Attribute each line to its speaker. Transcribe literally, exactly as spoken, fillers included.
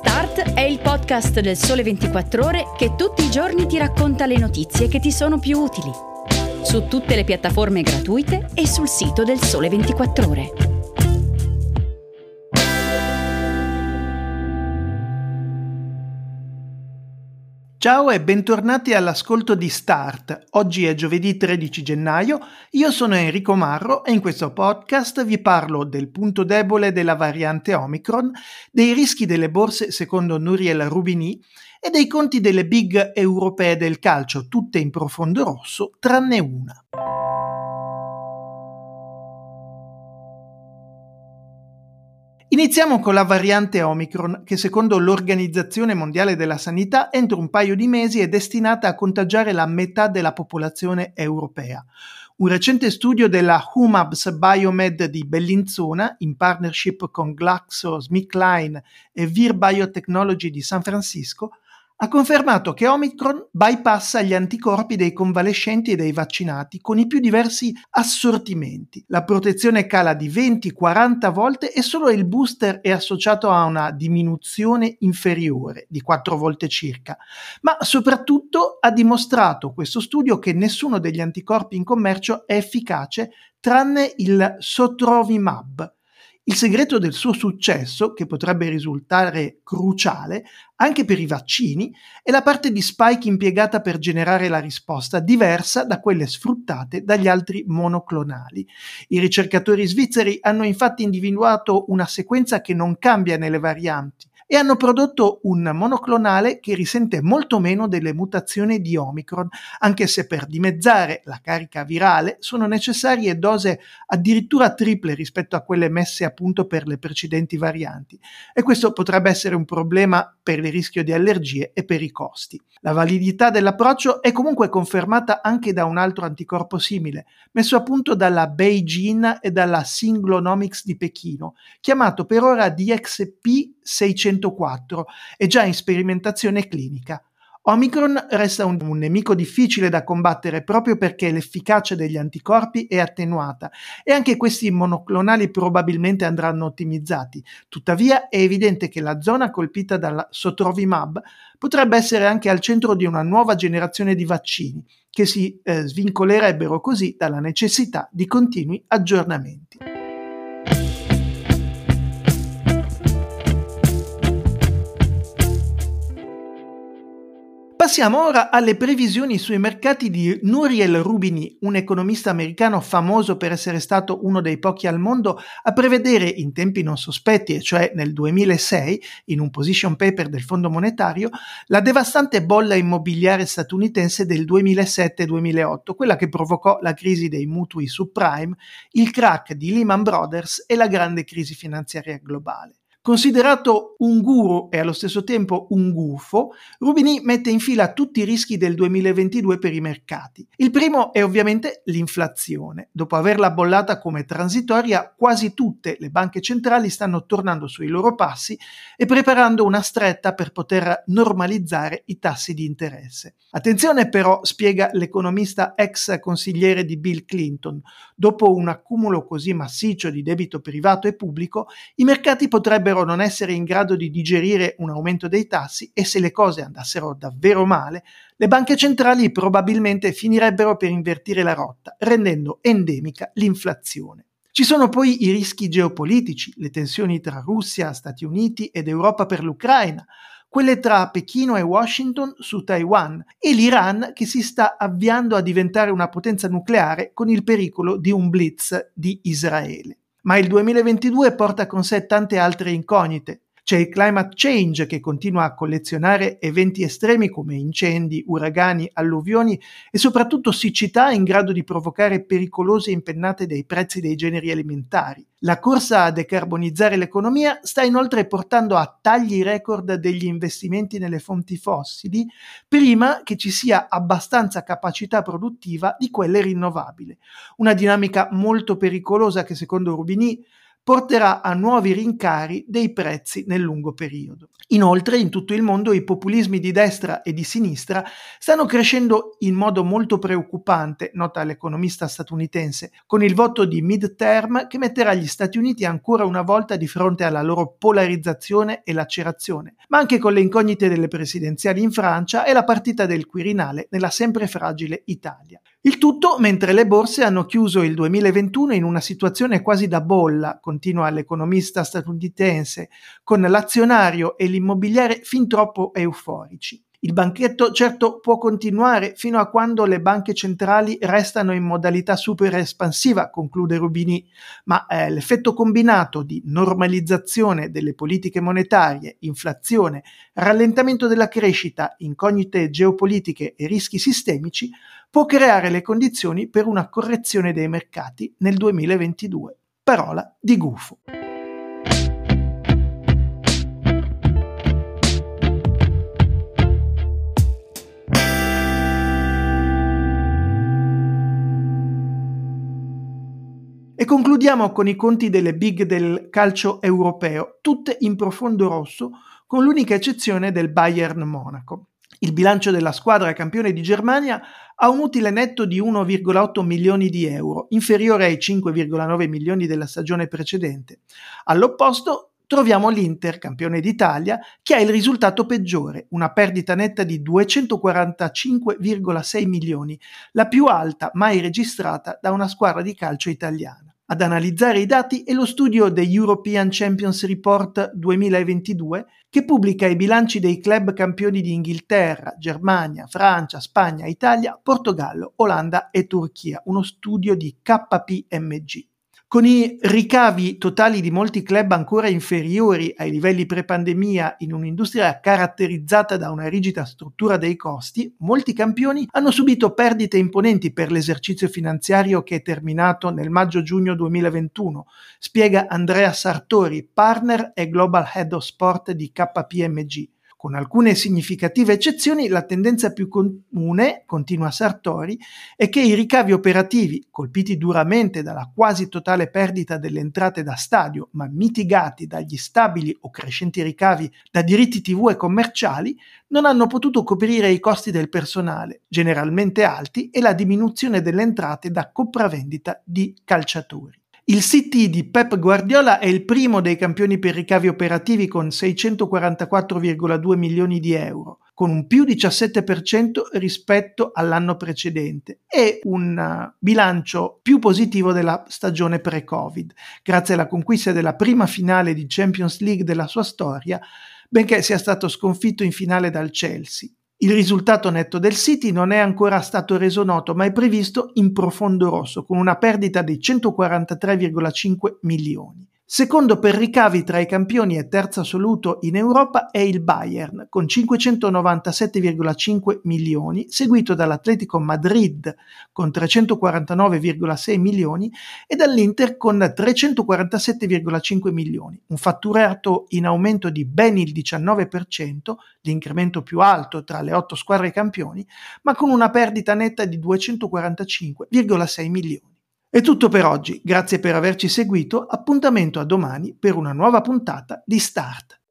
Speaker 1: Start è il podcast del Sole ventiquattro Ore che tutti i giorni ti racconta le notizie che ti sono più utili. Su tutte le piattaforme gratuite e sul sito del Sole ventiquattro Ore.
Speaker 2: Ciao e bentornati all'ascolto di Start. Oggi è giovedì tredici gennaio, io sono Enrico Marro e in questo podcast vi parlo del punto debole della variante Omicron, dei rischi delle borse secondo Nouriel Roubini e dei conti delle big europee del calcio, tutte in profondo rosso, tranne una. Iniziamo con la variante Omicron, che secondo l'Organizzazione Mondiale della Sanità entro un paio di mesi è destinata a contagiare la metà della popolazione europea. Un recente studio della Humabs Biomed di Bellinzona, in partnership con GlaxoSmithKline e Vir Biotechnology di San Francisco, ha confermato che Omicron bypassa gli anticorpi dei convalescenti e dei vaccinati con i più diversi assortimenti. La protezione cala di venti quaranta volte e solo il booster è associato a una diminuzione inferiore di quattro volte circa. Ma soprattutto ha dimostrato questo studio che nessuno degli anticorpi in commercio è efficace tranne il Sotrovimab. Il segreto del suo successo, che potrebbe risultare cruciale anche per i vaccini, è la parte di spike impiegata per generare la risposta, diversa da quelle sfruttate dagli altri monoclonali. I ricercatori svizzeri hanno infatti individuato una sequenza che non cambia nelle varianti e hanno prodotto un monoclonale che risente molto meno delle mutazioni di Omicron, anche se per dimezzare la carica virale sono necessarie dose addirittura triple rispetto a quelle messe a punto per le precedenti varianti, e questo potrebbe essere un problema per il rischio di allergie e per i costi. La validità dell'approccio è comunque confermata anche da un altro anticorpo simile, messo a punto dalla Beijing e dalla Singlonomics di Pechino, chiamato per ora D X P seicentoquattro, e già in sperimentazione clinica. Omicron resta un, un nemico difficile da combattere proprio perché l'efficacia degli anticorpi è attenuata e anche questi monoclonali probabilmente andranno ottimizzati. Tuttavia è evidente che la zona colpita dal Sotrovimab potrebbe essere anche al centro di una nuova generazione di vaccini che si eh, svincolerebbero così dalla necessità di continui aggiornamenti. Passiamo ora alle previsioni sui mercati di Nouriel Roubini, un economista americano famoso per essere stato uno dei pochi al mondo a prevedere in tempi non sospetti, e cioè nel duemilasei, in un position paper del Fondo Monetario, la devastante bolla immobiliare statunitense del duemilasette duemilaotto, quella che provocò la crisi dei mutui subprime, il crack di Lehman Brothers e la grande crisi finanziaria globale. Considerato un guru e allo stesso tempo un gufo, Roubini mette in fila tutti i rischi del duemilaventidue per i mercati. Il primo è ovviamente l'inflazione. Dopo averla bollata come transitoria, quasi tutte le banche centrali stanno tornando sui loro passi e preparando una stretta per poter normalizzare i tassi di interesse. Attenzione però, spiega l'economista ex consigliere di Bill Clinton, dopo un accumulo così massiccio di debito privato e pubblico, i mercati potrebbero non essere in grado di digerire un aumento dei tassi e se le cose andassero davvero male, le banche centrali probabilmente finirebbero per invertire la rotta, rendendo endemica l'inflazione. Ci sono poi i rischi geopolitici, le tensioni tra Russia, Stati Uniti ed Europa per l'Ucraina, quelle tra Pechino e Washington su Taiwan e l'Iran che si sta avviando a diventare una potenza nucleare con il pericolo di un blitz di Israele. Ma il duemilaventidue porta con sé tante altre incognite. C'è il climate change che continua a collezionare eventi estremi come incendi, uragani, alluvioni e soprattutto siccità in grado di provocare pericolose impennate dei prezzi dei generi alimentari. La corsa a decarbonizzare l'economia sta inoltre portando a tagli record degli investimenti nelle fonti fossili prima che ci sia abbastanza capacità produttiva di quelle rinnovabili. Una dinamica molto pericolosa che secondo Roubini porterà a nuovi rincari dei prezzi nel lungo periodo. Inoltre, in tutto il mondo i populismi di destra e di sinistra stanno crescendo in modo molto preoccupante, nota l'economista statunitense, con il voto di midterm che metterà gli Stati Uniti ancora una volta di fronte alla loro polarizzazione e lacerazione, ma anche con le incognite delle presidenziali in Francia e la partita del Quirinale nella sempre fragile Italia. Il tutto mentre le borse hanno chiuso il duemilaventuno in una situazione quasi da bolla, continua l'economista statunitense, con l'azionario e l'immobiliare fin troppo euforici. Il banchetto certo può continuare fino a quando le banche centrali restano in modalità super espansiva, conclude Rubini, ma eh, l'effetto combinato di normalizzazione delle politiche monetarie, inflazione, rallentamento della crescita, incognite geopolitiche e rischi sistemici può creare le condizioni per una correzione dei mercati nel duemilaventidue. Parola di gufo. E concludiamo con i conti delle big del calcio europeo, tutte in profondo rosso, con l'unica eccezione del Bayern Monaco. Il bilancio della squadra campione di Germania ha un utile netto di uno virgola otto milioni di euro, inferiore ai cinque virgola nove milioni della stagione precedente. All'opposto troviamo l'Inter, campione d'Italia, che ha il risultato peggiore, una perdita netta di duecentoquarantacinque virgola sei milioni, la più alta mai registrata da una squadra di calcio italiana. Ad analizzare i dati è lo studio The European Champions Report duemilaventidue, che pubblica i bilanci dei club campioni di Inghilterra, Germania, Francia, Spagna, Italia, Portogallo, Olanda e Turchia, uno studio di K P M G. Con i ricavi totali di molti club ancora inferiori ai livelli pre-pandemia in un'industria caratterizzata da una rigida struttura dei costi, molti campioni hanno subito perdite imponenti per l'esercizio finanziario che è terminato nel maggio-giugno duemilaventuno, spiega Andrea Sartori, partner e Global Head of Sport di K P M G. Con alcune significative eccezioni, la tendenza più comune, continua Sartori, è che i ricavi operativi, colpiti duramente dalla quasi totale perdita delle entrate da stadio, ma mitigati dagli stabili o crescenti ricavi da diritti tivù e commerciali, non hanno potuto coprire i costi del personale, generalmente alti, e la diminuzione delle entrate da compravendita di calciatori. Il City di Pep Guardiola è il primo dei campioni per ricavi operativi con seicentoquarantaquattro virgola due milioni di euro, con un più diciassette per cento rispetto all'anno precedente e un uh, bilancio più positivo della stagione pre-Covid, grazie alla conquista della prima finale di Champions League della sua storia, benché sia stato sconfitto in finale dal Chelsea. Il risultato netto del City non è ancora stato reso noto, ma è previsto in profondo rosso, con una perdita di centoquarantatré virgola cinque milioni. Secondo per ricavi tra i campioni e terzo assoluto in Europa è il Bayern, con cinquecentonovantasette virgola cinque milioni, seguito dall'Atletico Madrid con trecentoquarantanove virgola sei milioni e dall'Inter con trecentoquarantasette virgola cinque milioni, un fatturato in aumento di ben il diciannove per cento, l'incremento più alto tra le otto squadre campioni, ma con una perdita netta di duecentoquarantacinque virgola sei milioni. È tutto per oggi, grazie per averci seguito, appuntamento a domani per una nuova puntata di Start.